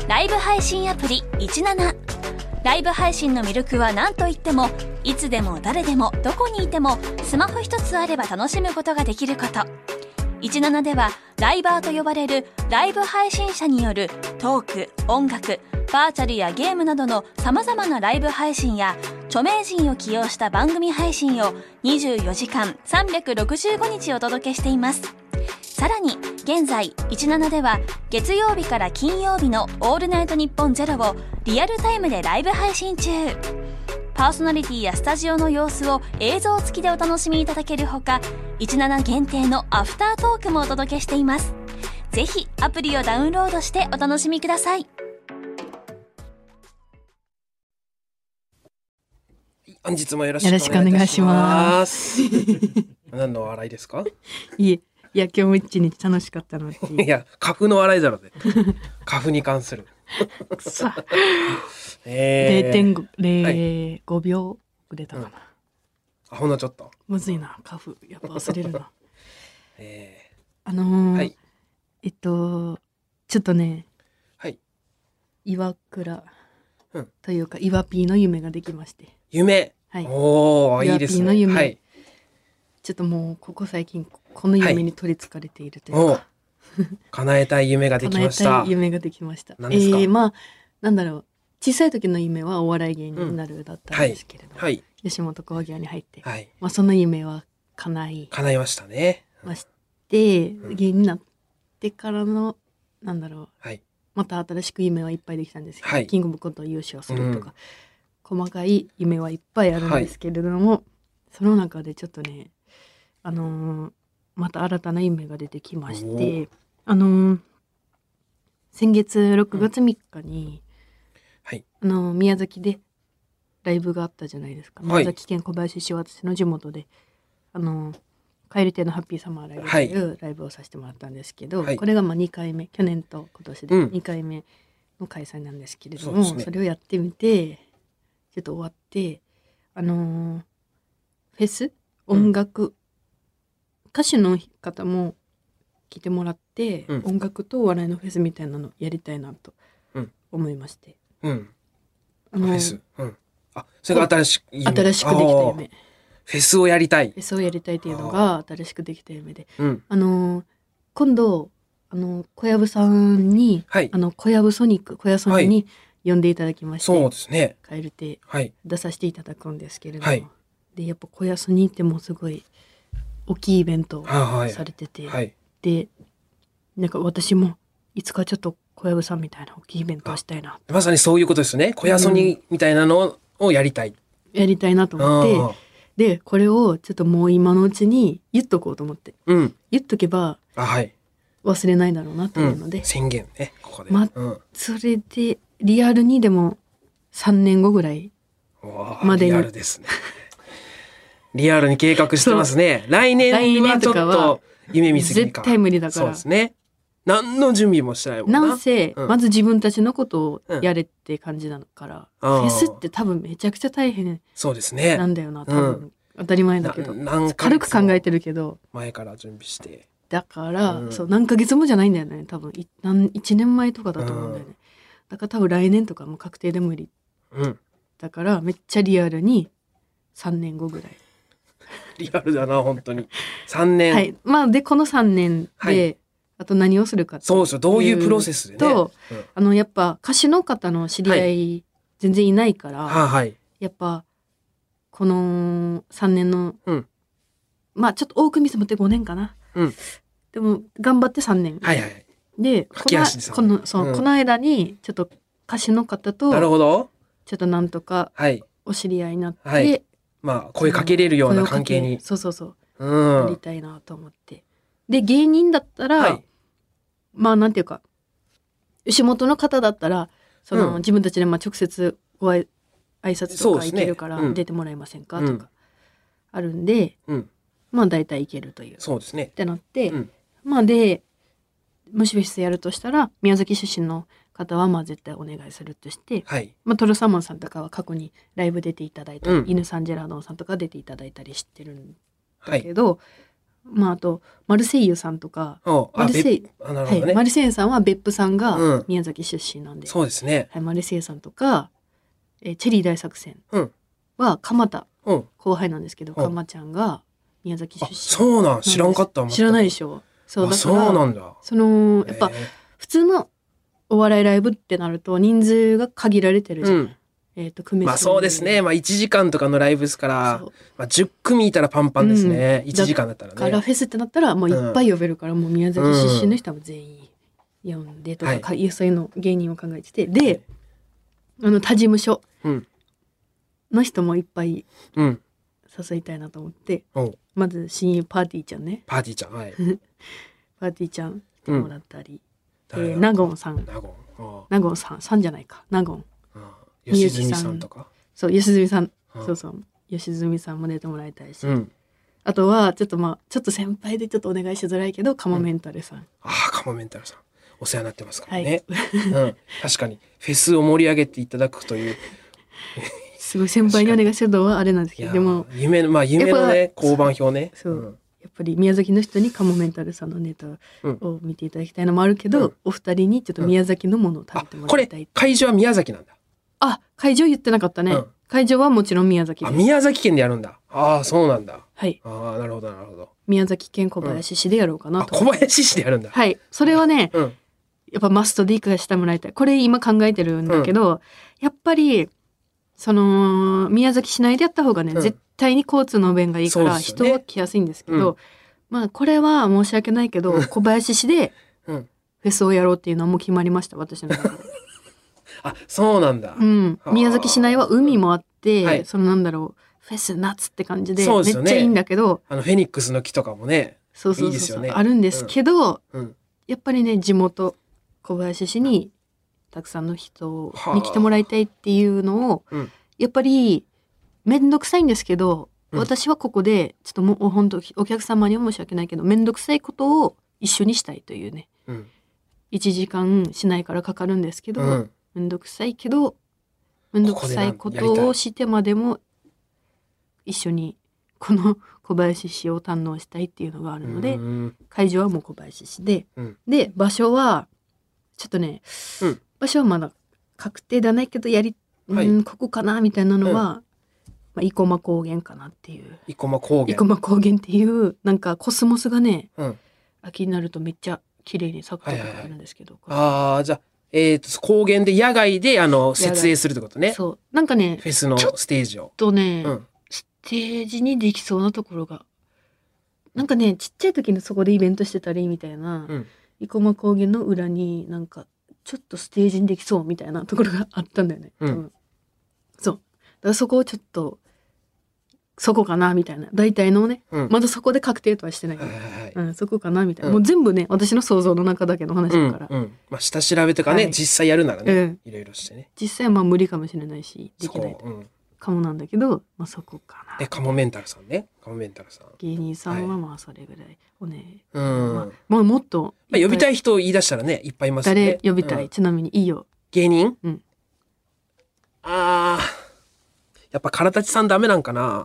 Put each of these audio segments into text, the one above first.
ライブ配信アプリ17。ライブ配信の魅力は何といっても、いつでも誰でもどこにいてもスマホ一つあれば楽しむことができること。17ではライバーと呼ばれるライブ配信者によるトーク、音楽、バーチャルやゲームなどの様々なライブ配信や著名人を起用した番組配信を24時間365日お届けしています。さらに現在17では月曜日から金曜日のオールナイトニッポンゼロをリアルタイムでライブ配信中。パーソナリティやスタジオの様子を映像付きでお楽しみいただけるほか、17限定のアフタートークもお届けしています。ぜひアプリをダウンロードしてお楽しみください。 本日もよろしくお願いします。何の笑いですか？ いや今日も一日楽しかったのって。 いや花粉の笑いだろで。花粉に関する。 さあ、0.5秒売れたかな。 ほんのちょっと。 むずいな、花粉やっぱ忘れるな。 はい。 ちょっとね、 はい。 岩倉というか岩 P の夢ができまして。 夢。 はい。 おー、いいですね。 岩 P の夢。 はい。 ちょっともうここ最近この夢に取りつかれているというか、 はい、叶えたい夢ができました。 叶えたい夢ができました。 何ですか？ まあなんだろう、小さい時の夢はお笑い芸人になるだったんですけれど、 はい、 吉本興業に入って、 はい、 まあその夢は叶いましたね。 まして、芸人になってからのなんだろう、 はい、 また新しく夢はいっぱいできたんですけど、 はい、 キングオブコント優勝するとか、細かい夢はいっぱいあるんですけれども、その中でちょっとね、また新たな夢が出てきまして、先月6月3日に、 はい、 宮崎でライブがあったじゃないですか。宮崎県小林市は私の地元で蛙亭のハッピーサマーライブというライブをさせてもらったんですけど、これがまあ2回目、去年と今年で2回目の開催なんですけれども、それをやってみてちょっと終わって、フェス音楽、歌手の方も来てもらって、音楽とお笑いのフェスみたいなのやりたいなと思いまして、 フェス、それが新しくできた夢、 フェスをやりたいっていうのが新しくできた夢で、今度小籔さんに、小籔ソニック小籔ソニに呼んでいただきまして、 そうですね、 蛙亭出させていただくんですけれども、でやっぱ小籔ソニってもうすごい大きいイベントをされてて、でなんか私もいつかちょっと小籔さんみたいな大きいイベントをしたいな、 まさにそういうことですね。小籔ソニみたいなのをやりたいなと思って、でこれをちょっともう今のうちに言っとこうと思って、言っとけば忘れないだろうなというので、 宣言ね、ここで、 それでリアルにでも3年後ぐらいまでに、 リアルですね。リアルに計画してますね。来年はちょっと夢見すぎか。 絶対無理だから。 そうですね。何の準備もしてないもんな。 なんせ、まず自分たちのことをやれって感じなのから、フェスって多分めちゃくちゃ大変なんだよな、多分当たり前だけど、軽く考えてるけど前から準備して、 だから、そう何ヶ月もじゃないんだよね、多分1年前とかだと思うんだよね。だから多分来年とかも確定で無理、だからめっちゃリアルに3年後ぐらい。 リアルだな本当に。3年、 はい、まあでこの3年で、あと何をするかっていうと、 そうどういうプロセスでね、 やっぱ歌手の方の知り合い全然いないから、やっぱこの3年の、まあちょっと多く見積もって5年かな、でも頑張って3年、でこの間にちょっと歌手の方となるほどちょっとなんとかお知り合いになって、 まあ声かけれるような関係に、 やりたいなと思って、で芸人だったら、まあなんていうか吉本の方だったら自分たちでまあ直接ご挨拶とか行けるから出てもらえませんかとかあるんで、まあ大体行けるという、ってなって、まあでもしフェスやるとしたら宮崎出身の方はまあ絶対お願いするとして、まあトロサーモンさんとかは過去にライブ出ていただいたり、犬サンジェラードンさんとか出ていただいたりしてるんだけど、 あとマルセイユさんとか、マルセイユさんは別府さんが宮崎出身なんで、 そうですね、 はい、マルセイユさんとか、チェリー大作戦は蒲田、後輩なんですけど、かまちゃんが宮崎出身。 そうなん、知らんかった。 知らないでしょ。そうだから、 そうなんだ。 やっぱ普通のお笑いライブってなると人数が限られてるじゃん。 まあそうですね。まあ1時間とかのライブですから、まあ10組いたらパンパンですね。1時間だったらね。 からフェスってなったらもういっぱい呼べるから、もう宮崎出身の人は全員呼んでとか、そういうの芸人を考えてて、で、他事務所の人もいっぱい誘いたいなと思って、まず親友パーティーちゃんね。 パーティーちゃん、はい。 パーティーちゃん来てもらったり、納言さん。納言さんじゃないか。納言。 吉住さんとか。 そう、吉住さん。そうそう。吉住さんも出てもらいたいし。あとは、ちょっと先輩でちょっとお願いしづらいけど、カモメンタルさん。 カモメンタルさん。お世話になってますからね。確かに。フェスを盛り上げていただくという。 すごい先輩にお願いするのはあれなんですけど、でも。 夢のね、交番表ね。 そう。やっぱり宮崎の人にカモメンタルさんのネタを見ていただきたいのもあるけど、お二人にちょっと宮崎のものを食べてもらいたい。 これ、会場は宮崎なんだ。 会場言ってなかったね。会場はもちろん宮崎です。 宮崎県でやるんだ。そうなんだ。 はい。 なるほど、なるほど。 宮崎県小林市でやろうかなと。 小林市でやるんだ。 はい。それはね、やっぱマストで行かしてもらいたい。これ今考えてるんだけど、やっぱり、宮崎市内でやった方がね、絶対に交通の便がいいから、人は来やすいんですけど、まあこれは申し訳ないけど、小林市でフェスをやろうっていうのはもう決まりました、私の中で。 そうなんだ。 宮崎市内は海もあって、フェス夏って感じで、めっちゃいいんだけど、 フェニックスの木とかもね、いいですよね。 あるんですけど、やっぱりね、地元、小林市にたくさんの人に来てもらいたいっていうのを、やっぱりめんどくさいんですけど、私はここでちょっともう本当お客様には申し訳ないけど、めんどくさいことを一緒にしたいというね、1時間市内からかかるんですけど、めんどくさいけどめんどくさいことをしてまでも一緒にこの小林市を堪能したいっていうのがあるので、会場はもう小林市で、で場所はちょっとね、場所はまだ確定ではないけどここかなみたいなのは、生駒高原かなっていう。 生駒高原っていうなんかコスモスがね、秋になるとめっちゃ綺麗に咲くとこがあるんですけど。 じゃあ高原で野外で設営するってことね。 そうなんかね、 フェスのステージを。 ステージにできそうなところがなんかね、ちっちゃい時にそこでイベントしてたりみたいな、生駒高原の裏になんかちょっとステージにできそうみたいなところがあったんだよね。そうだからそこをちょっとそこかなみたいな、大体のね、まだそこで確定とはしてないけど、そこかなみたいな、もう全部ね私の想像の中だけの話だから、 まあ下調べとかね、実際やるならね、いろいろしてね、 実際はまあ無理かもしれないしできないかもなんだけど、まあそこかな。 カモメンタルさんね、カモメンタルさん芸人さんはまあそれぐらいをね、まあもっと呼びたい人を言い出したらね、いっぱいいますよね。 誰呼びたい？ちなみにいいよ。 芸人？やっぱ唐立さんダメなんかな。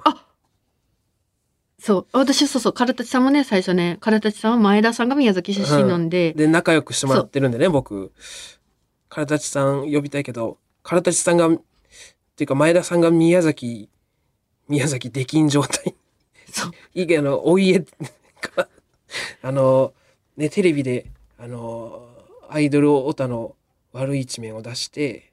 私唐立さんもね、最初ね、唐立さんは前田さんが宮崎出身なんで、 で仲良くしてもらってるんでね、僕唐立さん呼びたいけど、唐立さんがっていうか前田さんが宮崎出禁状態。お家からね、テレビでアイドルオタの悪い一面を出して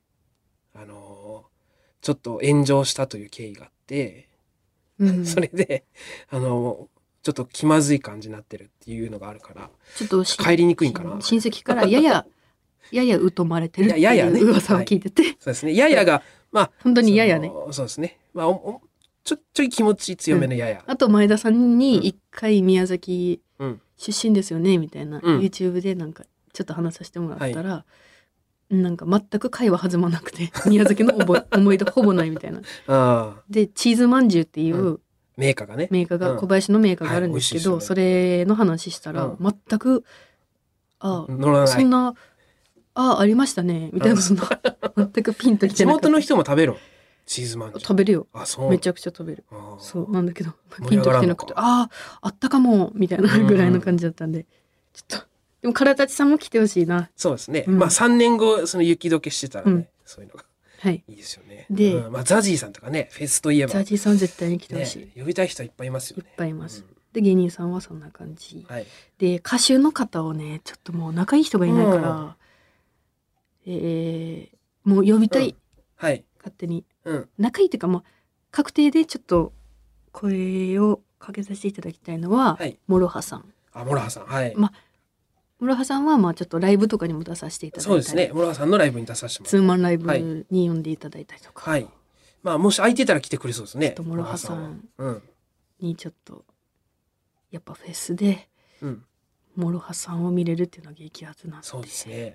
ちょっと炎上したという経緯があって、それでちょっと気まずい感じになってるっていうのがあるから、ちょっと帰りにくいんかな。 親戚からやや疎まれてるっていう噂を聞いてて、 そうですね、ややがまあ本当にややね、 そうですね、まあちょい気持ち強めのやや、 あと前田さんに一回宮崎出身ですよねみたいな、YouTube でなんかちょっと話させてもらったら、なんか全く会話弾まなくて、宮崎の思い出ほぼないみたいな。でチーズまんじゅうっていうメーカーが小林のメーカーがあるんですけど、それの話したら全くそんなありましたねみたいな、全くピンときてなかった。 地元の人も食べる。 チーズまんじゅう。 食べるよ。 あ、そう。 めちゃくちゃ食べる。 あーそうなんだけど、 盛りピン上がらんのかときてなくて、あったかもみたいなぐらいの感じだったんで、ちょっと、でも唐立さんも来てほしいな。 そうですね。 うんまあ3年後、その雪解けしてたらね、 うんそういうのがはい。 いいですよね。 でまあザジーさんとかね、フェスといえば、 ザジーさん絶対に来てほしい。 ね、呼びたい人いっぱいいますよいっね。 ぱいいます。 うんで、芸人さんはそんな感じ。 はい。 で、歌手の方をね、ちょっともう仲いい人がいないから、もう呼びたい、 はい。 勝手に。 うん。 仲いいっていうか、もう確定でちょっと声をかけさせていただきたいのは、 はい。 モロハさん。 あ、モラハさん。はい。 まモロハさんはまあちょっとライブとかにも出させていただいたり、 そうですね。モラハさんのライブに出させてもらって。 ツーマンライはいブに呼んでいただいたりとか、 はい。まあ、もし空いてたら来てくれそうですね。 ちょっとモロハさんモラハはにちょっとやっぱフェスでうん。うん。 モロハさんを見れるっていうのが激アツなんで、 そうですね。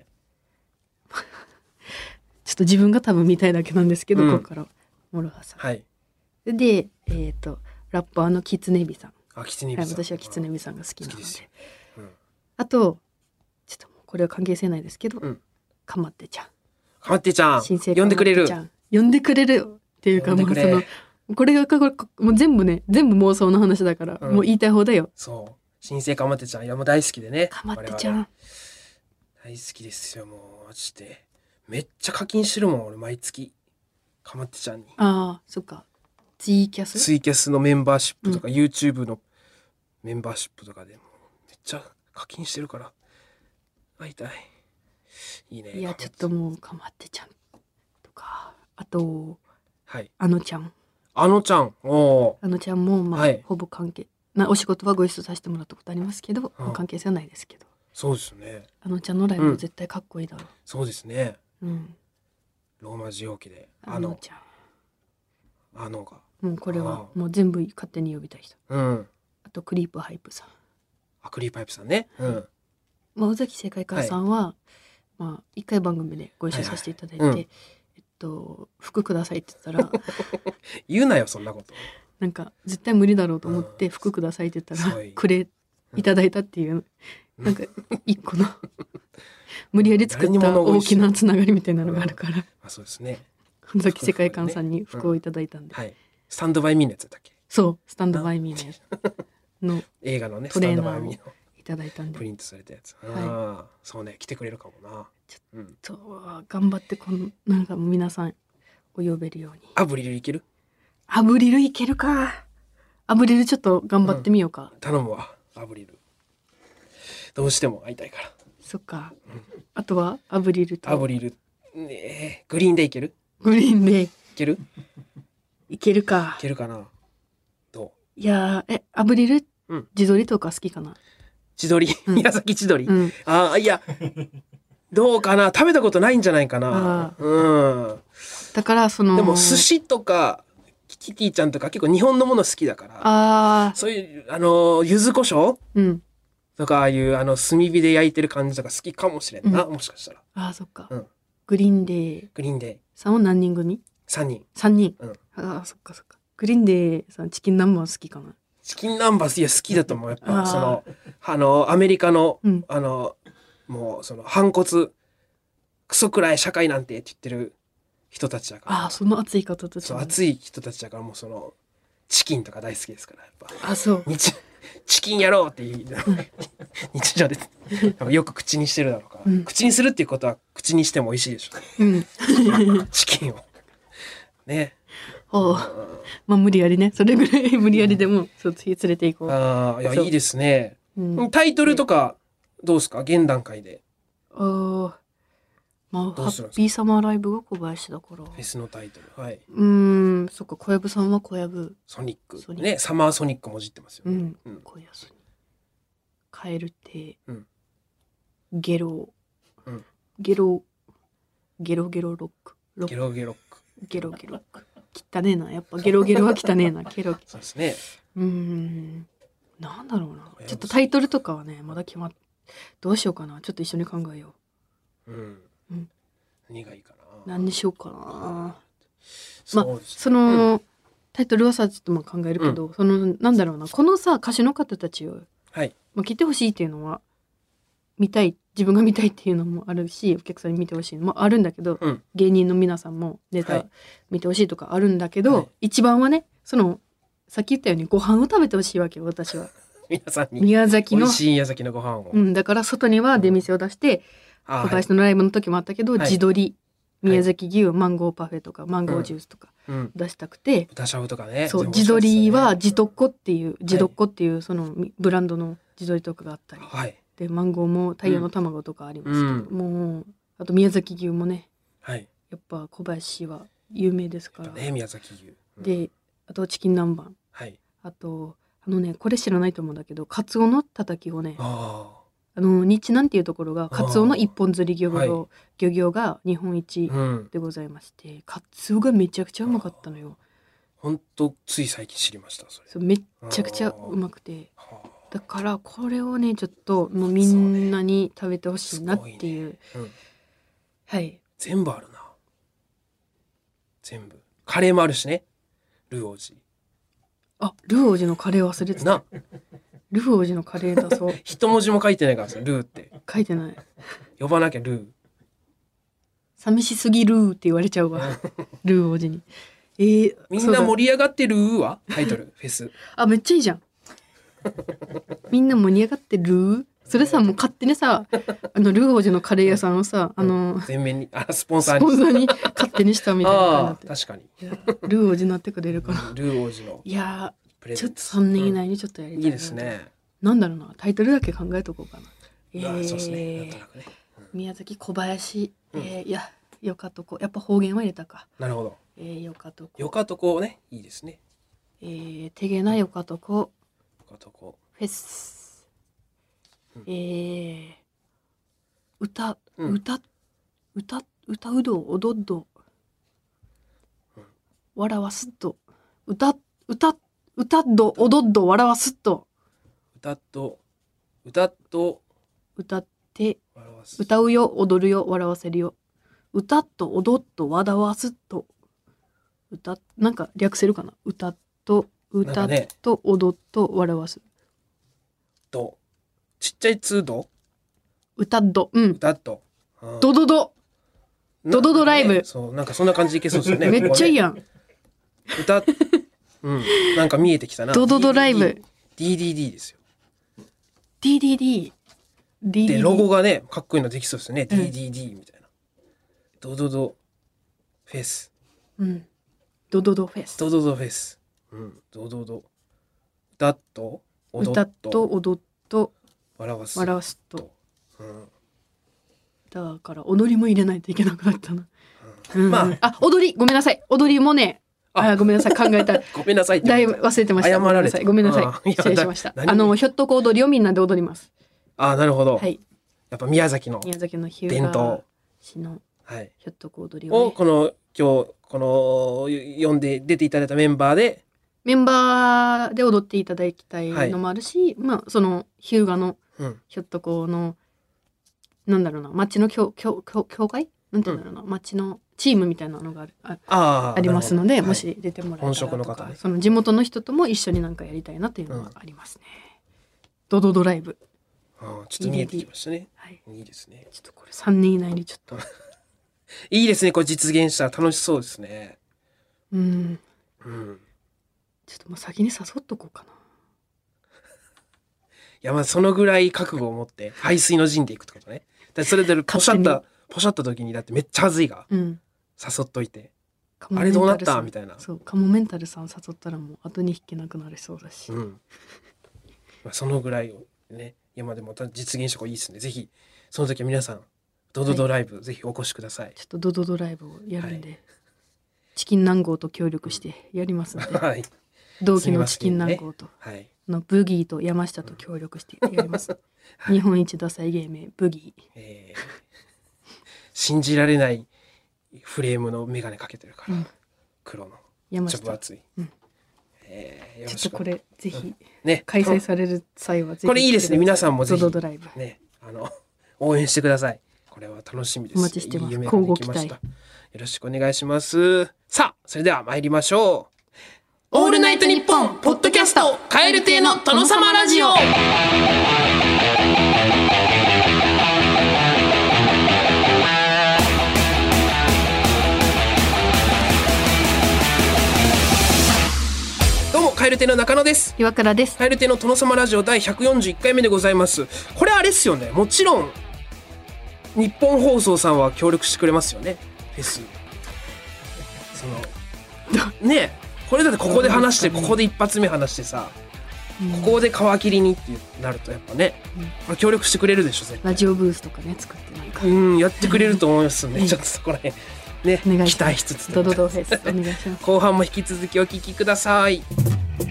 ちょっと自分が多分見たいだけなんですけど、 うんここからモロハさん。 はい。 で、ラッパーのキツネビさん。 あ、キツネビはい、 さん。 私はキツネビさんが好きなので。 好きですようん。 あと、ちょっともうこれは関係性ないですけど、 うんかまってちゃん。 かまってちゃん。 新生呼んでくれるかまってちゃん呼んでくれるよっていうか、もうそ呼んでくれの、これがもう全部妄想の話だから、 うんもう言いたい放題よ。 そう。新生かまってちゃん。いや、もう大好きでね。 かまってちゃん。 我々大好きですよ、もう。マジで。めっちゃ課金してるもん、俺、毎月。かまってちゃんに。 ああ、そっか。ツイキャスツイキャスのメンバーシップとか、YouTube のメンバーシップとかでもうめっちゃ課金してるから会いたい。いいね。 いや、ちょっともうかまってちゃんとか、あと、 はい。 あのちゃん。 あのちゃん。おあのちゃんも、まあ、 はいほぼ関係。お仕事はご一緒させてもらったことありますけど、 うん関係性はないですけど。 そうですね。 あのちゃんのライブも絶対かっこいいだろそうですね。 う。うん。 ローマ字表記で。 あのちゃん。 あのが。 もうこれはあもう全部勝手に呼びたい人。 うん。 あとクリープハイプさん。 アクリルパイプさんね。うん。 まあ、尾崎世界観さんは、まあ一回番組でご一緒させていただいて、 はいはい服くださいって言ったら言うなよ、そんなこと。 なんか絶対無理だろうと思って服くださいって言ったらそういういただいたっていうなんか一個の無理やり作った誰に物乞い大きなつながりみたいなのがあるからあ、そうですね。 尾崎世界観さんに服をいただいたんで、 はい。スタンドバイミーのやつだったっけ？ そうスタンドバイミーのやつの映画のね、 トレーナーをスタンドバイミーのいただいたんでプリントされたやつ。 はいああ、そうね、来てくれるかもな。うん。 そう頑張ってなんか皆さんを呼べるように。 アブリルいける？ アブリルいけるか。アブリルちょっと頑張ってみようか。 頼むわ、アブリル。どうしても会いたいから。 そっか。あとはアブリルとアブリル、ねえ、グリーンでいける？ グリーンでいける？ いけるかい。けるかな？どう？ いやーアブリル、 うん自撮りとか好きかな。 千鳥、 うん宮崎千鳥。 うん。 ああ、いや、どうかな？食べたことないんじゃないかな。 あうん。 だからそのでも寿司とかキティちゃんとか結構日本のもの好きだから。 あそういう柚子胡椒うんとかああいう炭火で焼いてる感じとか好きかもしれんな、もしかしたら。 そっか、 うんグリーンデーグリーンデさんは何人組ー3人。 ？3人。 うんそっかそっか。グリーンデーさんチキン南蛮好きかな。 チキン南蛮いや好きだと思う。やっあぱーアメリカの、 うんもう反骨クソくらい社会なんてって言ってる人たちだから。 その熱い方たちそう熱い人たちだからもうチキンとか大好きですからやっぱ。 そうチキンやろうっていう日常でよく口にしてるだろうから、 うん口にするっていうことは口にしても美味しいでしょチキンをね。 まあ無理やりねそれぐらい無理やりでもそっち連れていこう。 ああいやそういいですね、 うんタイトルとかどうですか現段階で？ まあハどうするんですかッピーサマーライブが小林だからフェスのタイトル。はい。 そっか小籔さんは小籔ソニックソニックね、サマーソニックもじってますよね。うん小籔にカエルって、 うんゲロ、 うんゲロゲロゲロロックゲロゲロック。 ゲロゲロ汚ねえなやっぱゲロゲロは汚ねえなゲロそうですね。 なんだろうな小籔ちょっとタイトルとかはねまだどうしようかなちょっと一緒に考えようん。 うん何がいいかうな。 何にしようかなそうですその、タイトルはさちょっとまあ考えるけど、なんだろうなこのさ歌手の方たちを、 はい。 来てほしいっていうのは見たい、自分が見たいっていうのもあるし、お客さんに見てほしいのもあるんだけど、芸人の皆さんもネタ見てほしいとかあるんだけど、一番はね、さっき言ったようにご飯を食べてほしいわけよ、私は。 皆さんに宮崎の美味しい宮崎のご飯を、 だから外には出店を出して、小林のライブの時もあったけど、地鶏、宮崎牛、マンゴーパフェとかマンゴージュースとか出したくて、 豚しゃぶとかね。 そう、地鶏は地どっこっていうそのブランドの地鶏とかがあったり、でマンゴーも太陽の卵とかありますけど、もうあと宮崎牛もね、やっぱ小林は有名ですからね、宮崎牛で、あとチキン南蛮、あとこれ知らないと思うんだけど、カツオのたたきをね、日南っていうところがカツオの一本釣り漁業が日本一でございまして、カツオがめちゃくちゃうまかったのよ。 ほんとつい最近知りました。 そう、めっちゃくちゃうまくて、だからこれをねちょっともうみんなに食べてほしいなっていう、 全部あるな。全部カレーもあるしね、ルー王子。 ルー王子のカレー忘れてた。ルー王子のカレーだそう。 一文字も書いてないからさ、ルーって書いてない。 呼ばなきゃルー。 寂しすぎるって言われちゃうわ。ルー王子に。 みんな盛り上がってるわタイトルフェス。 めっちゃいいじゃん。みんな盛り上がってる。それさ、もう勝手にさ、ルー王子のカレー屋さんをさ、 全面にスポンサーに勝手にしたみたいな。 確かに。 ルー王子になってくれるかな。 ルー王子の。 いやちょっと3年以内にちょっとやりたい。いいですね。 なんだろうな、タイトルだけ考えとこうかな。 そうですね。なんとなくね。 宮崎小林、よかとこ、やっぱ方言は入れたか。 なるほど。 よかとこ。 よかとこね、いいですね。 てげなよかとこ。 よかとこ。 フェス。歌うど踊っど。笑わすっと。歌っど踊っど笑わすっと。 歌って歌うよ踊るよ笑わせるよ。歌っと踊っと笑わすっと。なんか略せるかな。歌っと踊っと笑わす。 ちっちゃいツード。 歌っど。歌っど。 ドドドライブ。 そう、なんかそんな感じでいけそうですよね。 めっちゃいいやん。 なんか見えてきたな。 ドドライブ。 DDD ですよ。 DDD。 で、ロゴがね、かっこいいのできそうですよね。DDD みたいな。ドドドフェス。 ドドドフェス。 ドドドフェス。ドドド。歌っと踊っと笑わすと。 だから踊りも入れないといけなくなったな。踊りごめんなさい。踊りもね、ごめんなさい、考えた。 ごめんなさい。 だいぶ忘れてました。 謝られた。 ごめんなさい。失礼しました。ひょっとこ踊りをみんなで踊ります。 なるほど。やっぱ宮崎の伝統市のひょっとこ踊りを今日呼んで出ていただいたメンバーで踊っていただきたいのもあるし、その日向のひょっとこのなんだろうな、町の協会なんていうんだろうな、町のチームみたいなのがありますので、もし出てもらえたら本職の方ね、 その地元の人とも一緒になんかやりたいなというのはありますね。ドドドライブ。 ちょっと見えてきましたね。いいですね。 ちょっとこれ3年以内にちょっといいですね。これ実現したら楽しそうですね。 ちょっともう先に誘っとこうかな。 いや、そのぐらい覚悟を持って排水の陣でいくってことね。それでポシャった時にだってめっちゃはずいが、誘っといて、あれどうなったみたいな。 そう、カモメンタルさん誘ったらもう後に引けなくなりそうだし、 そのぐらいをね、でも実現した方がいいですね。ぜひその時は皆さんドドドライブ、ぜひお越しください。 ちょっとドドドライブをやるんで、チキン南郷と協力してやりますので、同期のチキン南郷とのブギーと山下と協力してやります。日本一ダサい芸名ブギー。 信じられないフレームのメガネかけてるから、黒の山下、ちょっと分厚い。 ちょっとこれぜひ開催される際はぜひこれいいですね。皆さんもぜひドドドライブね、応援してください。これは楽しみです。 お待ちしてます。 交互期待。よろしくお願いします。さあ、それでは参りましょう。オールナイトニッポンポッドキャスト、蛙亭の殿様ラジオ。 蛙亭の中野です。 岩倉です。 蛙亭の殿様ラジオ第141回目でございます。これあれっすよね、もちろん日本放送さんは協力してくれますよね、フェス。そのね、これだってここで話してここで一発目話してさ、ここで皮切りにってなるとやっぱね、これ協力してくれるでしょ絶対。 ラジオブースとかね作ってないかやってくれると思いますんで、ちょっとそこら辺ね期待しつつドドドフェスお願いします。 後半も引き続きお聞きください。 オー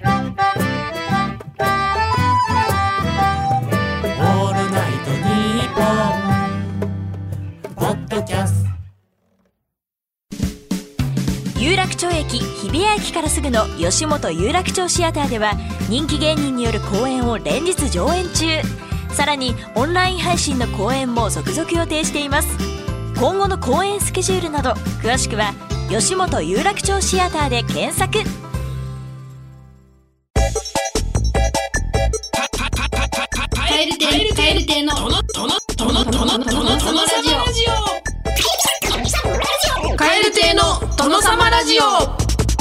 ルナイトニッポンポッドキャスト。 有楽町駅日比谷駅からすぐの吉本有楽町シアターでは人気芸人による公演を連日上演中。さらにオンライン配信の公演も続々予定しています。今後の公演スケジュールなど詳しくは吉本有楽町シアターで検索。蛙亭のトノラジオ。蛙亭の殿様ラジオ。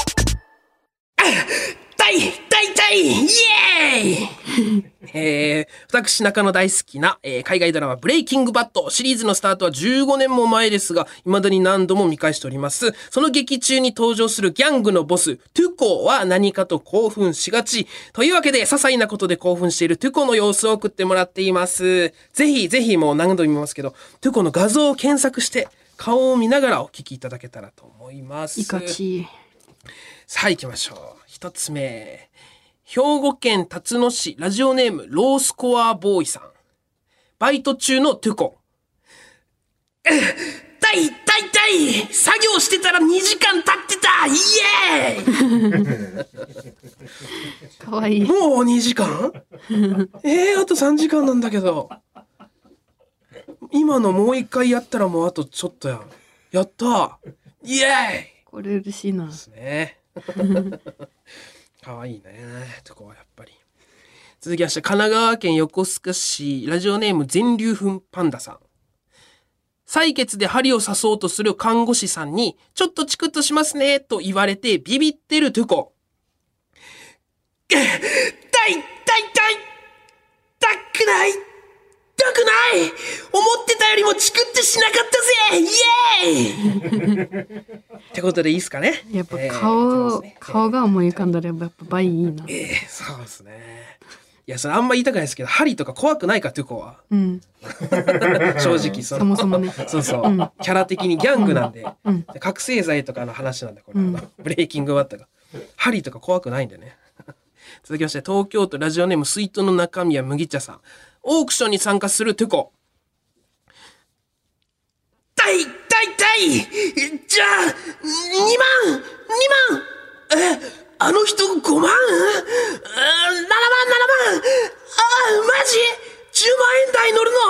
イエーイ私中野大好きな、海外ドラマブレイキングバッドシリーズのスタートは15年も前ですが未だに何度も見返しております。その劇中に登場するギャングのボストゥコは何かと興奮しがちというわけで、些細なことで興奮しているトゥコの様子を送ってもらっています。ぜひもう何度も見ますけどトゥコの画像を検索して顔を見ながらお聞きいただけたらと思います。 いかち。さあ行きましょう。一つ目、兵庫県辰野市ラジオネームロースコアボーイさん。バイト中のトゥコ。痛い作業してたら2時間経ってたイエーイかわいい。 もう2時間あと3時間なんだけど。今のもう一回やったらもうあとちょっとやん。やったイエーイ。 これ嬉しいな。 ですね。可愛いねとこはやっぱり。続きまして神奈川県横須賀市ラジオネーム全粒粉パンダさん。採血で針を刺そうとする看護師さんにちょっとチクッとしますねと言われてビビってるトゥコ。痛くない思ってたよりもチクってしなかったぜイエーイってことでいいですかね。 やっぱ顔が思い浮かんだらやっぱ倍いいな。 そうですね。いやそれあんま言いたくないですけど針とか怖くないかトゥコは、正直そもそもねそう、キャラ的にギャングなんで、覚醒剤とかの話なんでこれ、ブレイキングバットが針とか怖くないんでね。続きまして東京都ラジオネーム水筒の中身は麦茶さん。オークションに参加するトゥコ。痛いじゃあ2万あの人5万7万マジ10万円台乗るの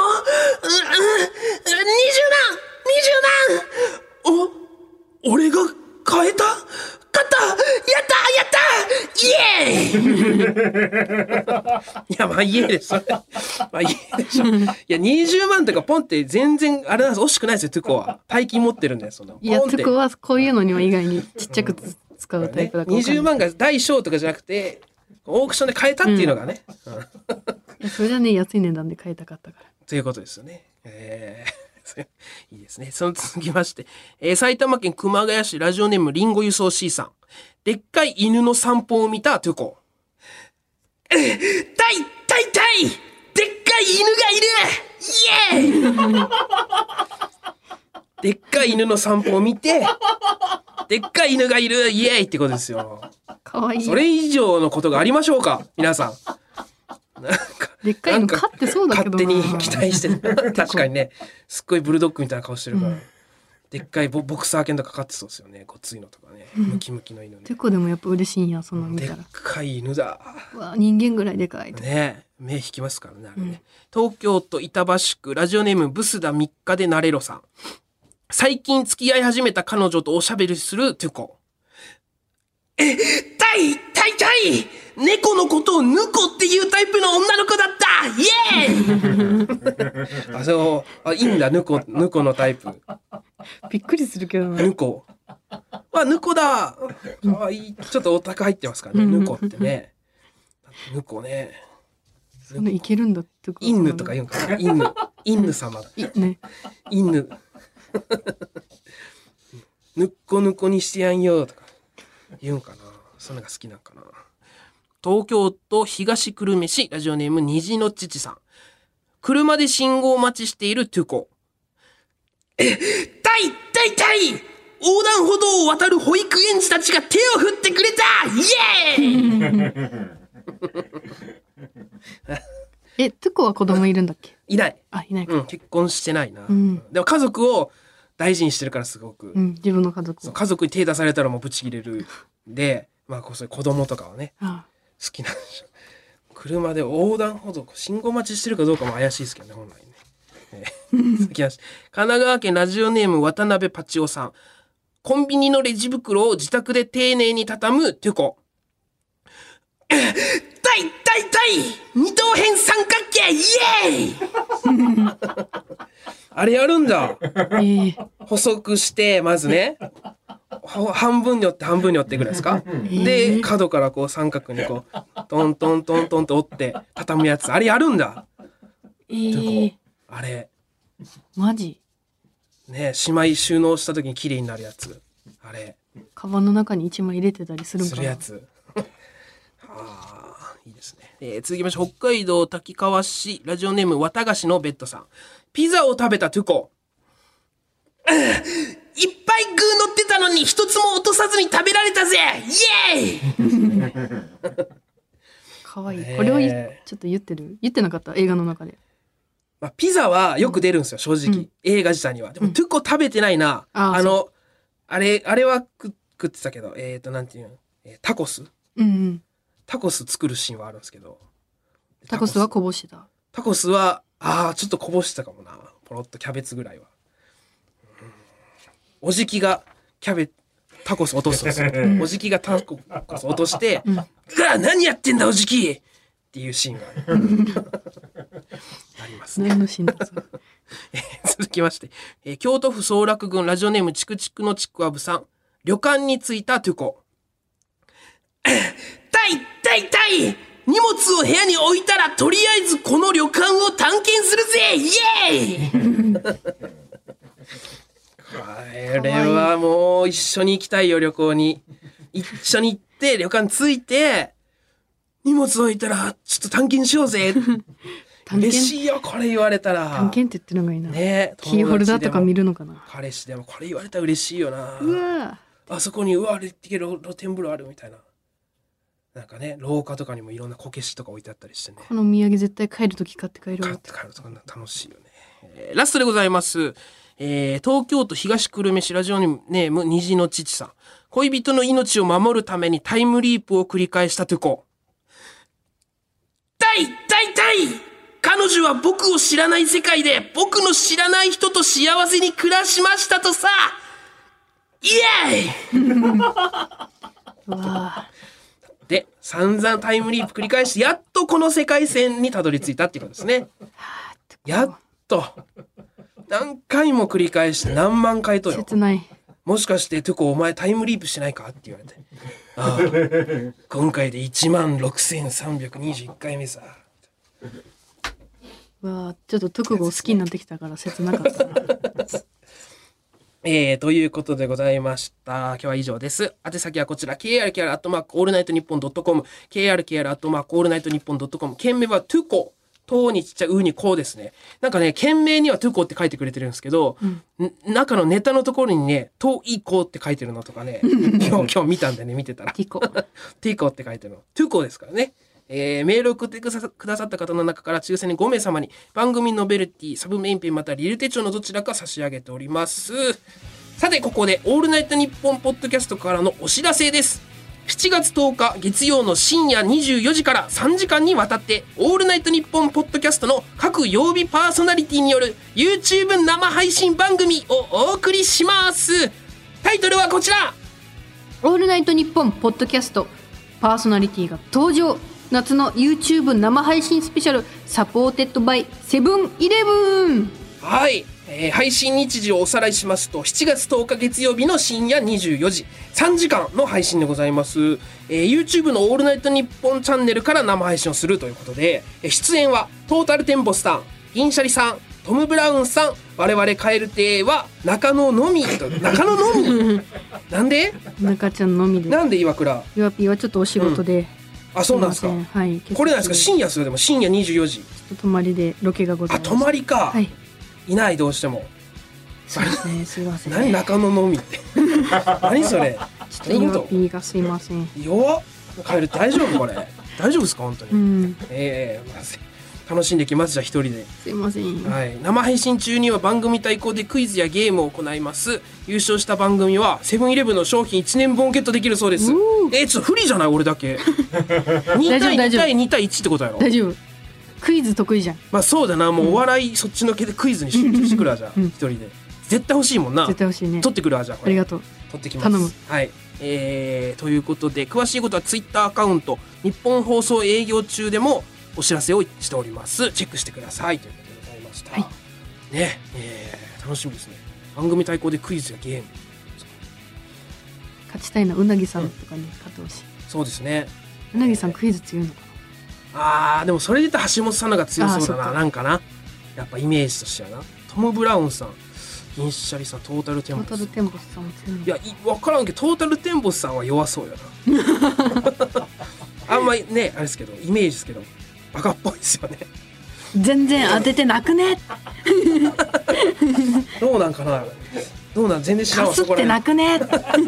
20万俺が買えた勝ったやったイエーイいやまあイエーイですそれまあイエーイでしょ。いや20万とかポンって全然あれなんです、惜しくないですよトゥコは。大金持ってるんだよその。 いやトゥコはこういうのには意外にちっちゃく使うタイプだから、 20万が大小とかじゃなくてオークションで買えたっていうのがね、 それはね安い値段で買いたかったからということですよね。いいですね。その続きまして、埼玉県熊谷市ラジオネームリンゴ輸送 C さん。でっかい犬の散歩を見たトゥコ。でっかい犬がいるイエーイでっかい犬の散歩を見てでっかい犬がいるイエーイってことですよ。 かわいい。 それ以上のことがありましょうか皆さん。 でっかいの飼ってそうだけどな。 勝手に期待して確かにね、すっごいブルドッグみたいな顔してるから、でっかいボクサー犬とか飼ってそうですよね。ごっついのとかね、ムキムキの犬ね。 てこでもやっぱ嬉しいんやその見たら。 でっかい犬だ。 わ人間ぐらいでかいね、目引きますからねあれね。東京都板橋区ラジオネームブスダ3日でなれろさん。最近付き合い始めた彼女とおしゃべりするトゥコ。タイ猫のことをヌコっていうタイプの女の子だったイエーイいいんだヌコのタイプ。 びっくりするけどな。 ヌコぬこだ。かわいい。ちょっとお高入ってますからね。ぬこってね。ぬこね。 そんないけるんだって。 犬とか言うんかな。犬様だ。 ね。 犬。ぬっこぬこにしてやんよとか言うんかな。そんなが好きなんかな。東京都東久留米市ラジオネーム虹の父さん。車で信号待ちしているトゥコ。タイ横断歩道を渡る保育園児たちが手を振ってくれたイエーイトゥコは子供いるんだっけ？ いない。 いないか。 結婚してないな。 うん、 でも家族を大事にしてるからすごく。 自分の家族を。 家族に手出されたらもうブチ切れる。で、そういう子供とかはね、好きなんですよ。車で横断歩道、信号待ちしてるかどうかも怪しいですけどね、本来ね。続きまして。神奈川県ラジオネーム渡辺パチオさん。コンビニのレジ袋を自宅で丁寧に畳むトゥコ。二等辺三角形イエーイあれやるんだ。細くして、まずね。半分に折ってぐらいですか、で角からこう三角にこうトントントントンと折って畳むやつ、あれやるんだ。あれマジね、しまい収納した時に綺麗になるやつ、あれカバンの中に一枚入れてたりするんかな。 するやついいですね。続きまして北海道滝川市ラジオネーム綿菓子のベッドさん。ピザを食べたトゥコ。いっぱい具乗ってたのに一つも落とさずに食べられたぜイエーイかわいい。これをちょっと言ってなかった映画の中で。 ピザはよく出るんですよ、正直、映画自体には。でもトゥコ食べてないな。あれは食ってたけど、なんていうの、タコス、タコス作るシーンはあるんですけど、 タコスはこぼしてた。 タコスはちょっとこぼしてたかもな。ポロッとキャベツぐらいは。おじきがタコス落とすんですよ。おじきがタコス落として、何やってんだおじきっていうシーンがありますね。 何のシーンだ続きまして、京都府総楽郡ラジオネームチクチクのちくわぶさん。旅館に着いたトゥコ。タイ荷物を部屋に置いたらとりあえずこの旅館を探検するぜイエーイこれはもう一緒に行きたいよ、旅行に。一緒に行って旅館着いて荷物置いたらちょっと探検しようぜ嬉しいよ、これ言われたら。 探検って言ってるのがいいな。 ね、 キーホルダーとか見るのかな。 彼氏でもこれ言われたら嬉しいよな。 うわ、 あそこにあれって露天風呂あるみたいな。なんかね、廊下とかにもいろんなこけしとか置いてあったりしてね。 この土産絶対帰るとき買って帰るわ。 買って帰るとか楽しいよね。ラストでございます。東京都東久留米市ラジオネーム虹の父さん。恋人の命を守るためにタイムリープを繰り返したトゥコ。タイ彼女は僕を知らない世界で僕の知らない人と幸せに暮らしましたとさイエーイわで散々タイムリープ繰り返してやっとこの世界線にたどり着いたっていうことですね。やっと何回も繰り返して何万回とよ。 切ない。 もしかしてトゥコお前タイムリープしないかって言われて、ああ今回で16,321回目さ。 わあ、ちょっとトゥコが好きになってきたから切なかったな。 ということでございました。今日は以上です。宛先はこちら krkr@allnightnippon.com krkr@allnightnippon.com 件名はトゥコとにちっちゃうにこうですね。なんかね、件名にはトゥコって書いてくれてるんですけど、中のネタのところにね、といこって書いてるのとかね、今日見たんでね、見てたら。 ティコ。 ティコって書いてるの。トゥコですからね。メールを送ってくださった方の中から抽選に5名様に番組ノベルティ、サブメインペンまたはリル手帳のどちらか差し上げております。さて、ここでオールナイトニッポンポッドキャストからのお知らせです。7月10日月曜の深夜24時から3時間にわたってオールナイトニッポンポッドキャストの各曜日パーソナリティによる YouTube 生配信番組をお送りします。タイトルはこちら。 オールナイトニッポンポッドキャストパーソナリティが登場。夏の YouTube 生配信スペシャルサポーテッドバイセブンイレブン。 はい、 配信日時をおさらいしますと、7月10日月曜日の深夜24時、3時間の配信でございます。YouTube のオールナイトニッポンチャンネルから生配信をするということで、出演はトータルテンボスさん、銀シャリさん、トム・ブラウンさん、我々カエル亭は中野のみと。中野のみなんで中ちゃんのみで。 なんで岩倉岩ピーはちょっとお仕事で、 あ、そうなんですか。 はい。 これなんですか、深夜するでも深夜24時。 泊まりでロケがございます。 あ、泊まりか。 はい。 いないどうしても。 そうですね、すいません。 何中野のみって。何それ。 ちょっと岩ピーがすいません。 弱っ。カエル大丈夫これ。大丈夫ですか本当に。 うん。 楽しんできますじゃあ一人で。 すいません。 はい。生配信中には番組対抗でクイズやゲームを行います。優勝した番組はセブンイレブンの商品1年分をゲットできるそうです。ちょっと不利じゃない俺だけ。2対2対2対1ってことやろ。 大丈夫。クイズ得意じゃん。 まあそうだな、もうお笑いそっちのけでクイズに集中してくるわじゃあ、一人で。絶対欲しいもんな。 絶対欲しいね。 取ってくるわじゃあ。 ありがとう。 取ってきます。 頼む。 はい。ということで詳しいことはツイッターアカウント日本放送営業中でもお知らせをしております。チェックしてくださいということでございました。はい、ね、楽しみですね。番組対抗でクイズやゲーム。 勝ちたいなうなぎさんとかに勝ってほしい。 そうですね。 うなぎさんクイズ強いのかな。でもそれで言ったら橋本さんのが強そうだな。なんかな。やっぱイメージとしてはな。トム・ブラウンさん。銀シャリさん、トータルテンボス。 トータルテンボスさんも強い。 いや、分からんけどトータルテンボスさんは弱そうやな。あんまりねあれですけどイメージですけどバカっぽいですよね。 全然当ててなくね。 どうなんかな。どうなん全然知らんわ。 かすってなくね。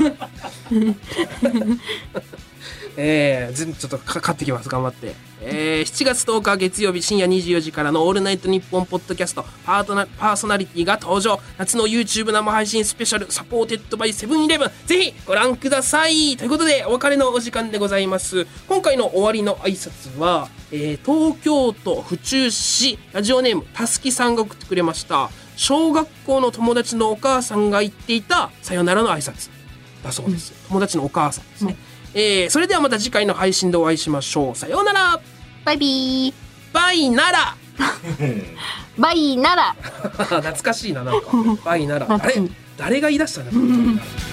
ちょっと買ってきます頑張って。7月10日月曜日深夜24時からのオールナイトニッポンポッドキャストパーソナリティが登場。夏の YouTube 生配信スペシャルサポーテッドバイセブンイレブン、ぜひご覧ください。ということでお別れのお時間でございます。今回の終わりの挨拶は、東京都府中市ラジオネームたすきさんが送ってくれました。小学校の友達のお母さんが言っていたさよならの挨拶だそうです。友達のお母さんですね。それではまた次回の配信でお会いしましょう。さようなら。 バイビー。 バイなら。 バイなら。 懐かしいな、なんか。バイなら。誰が言い出したんだろう。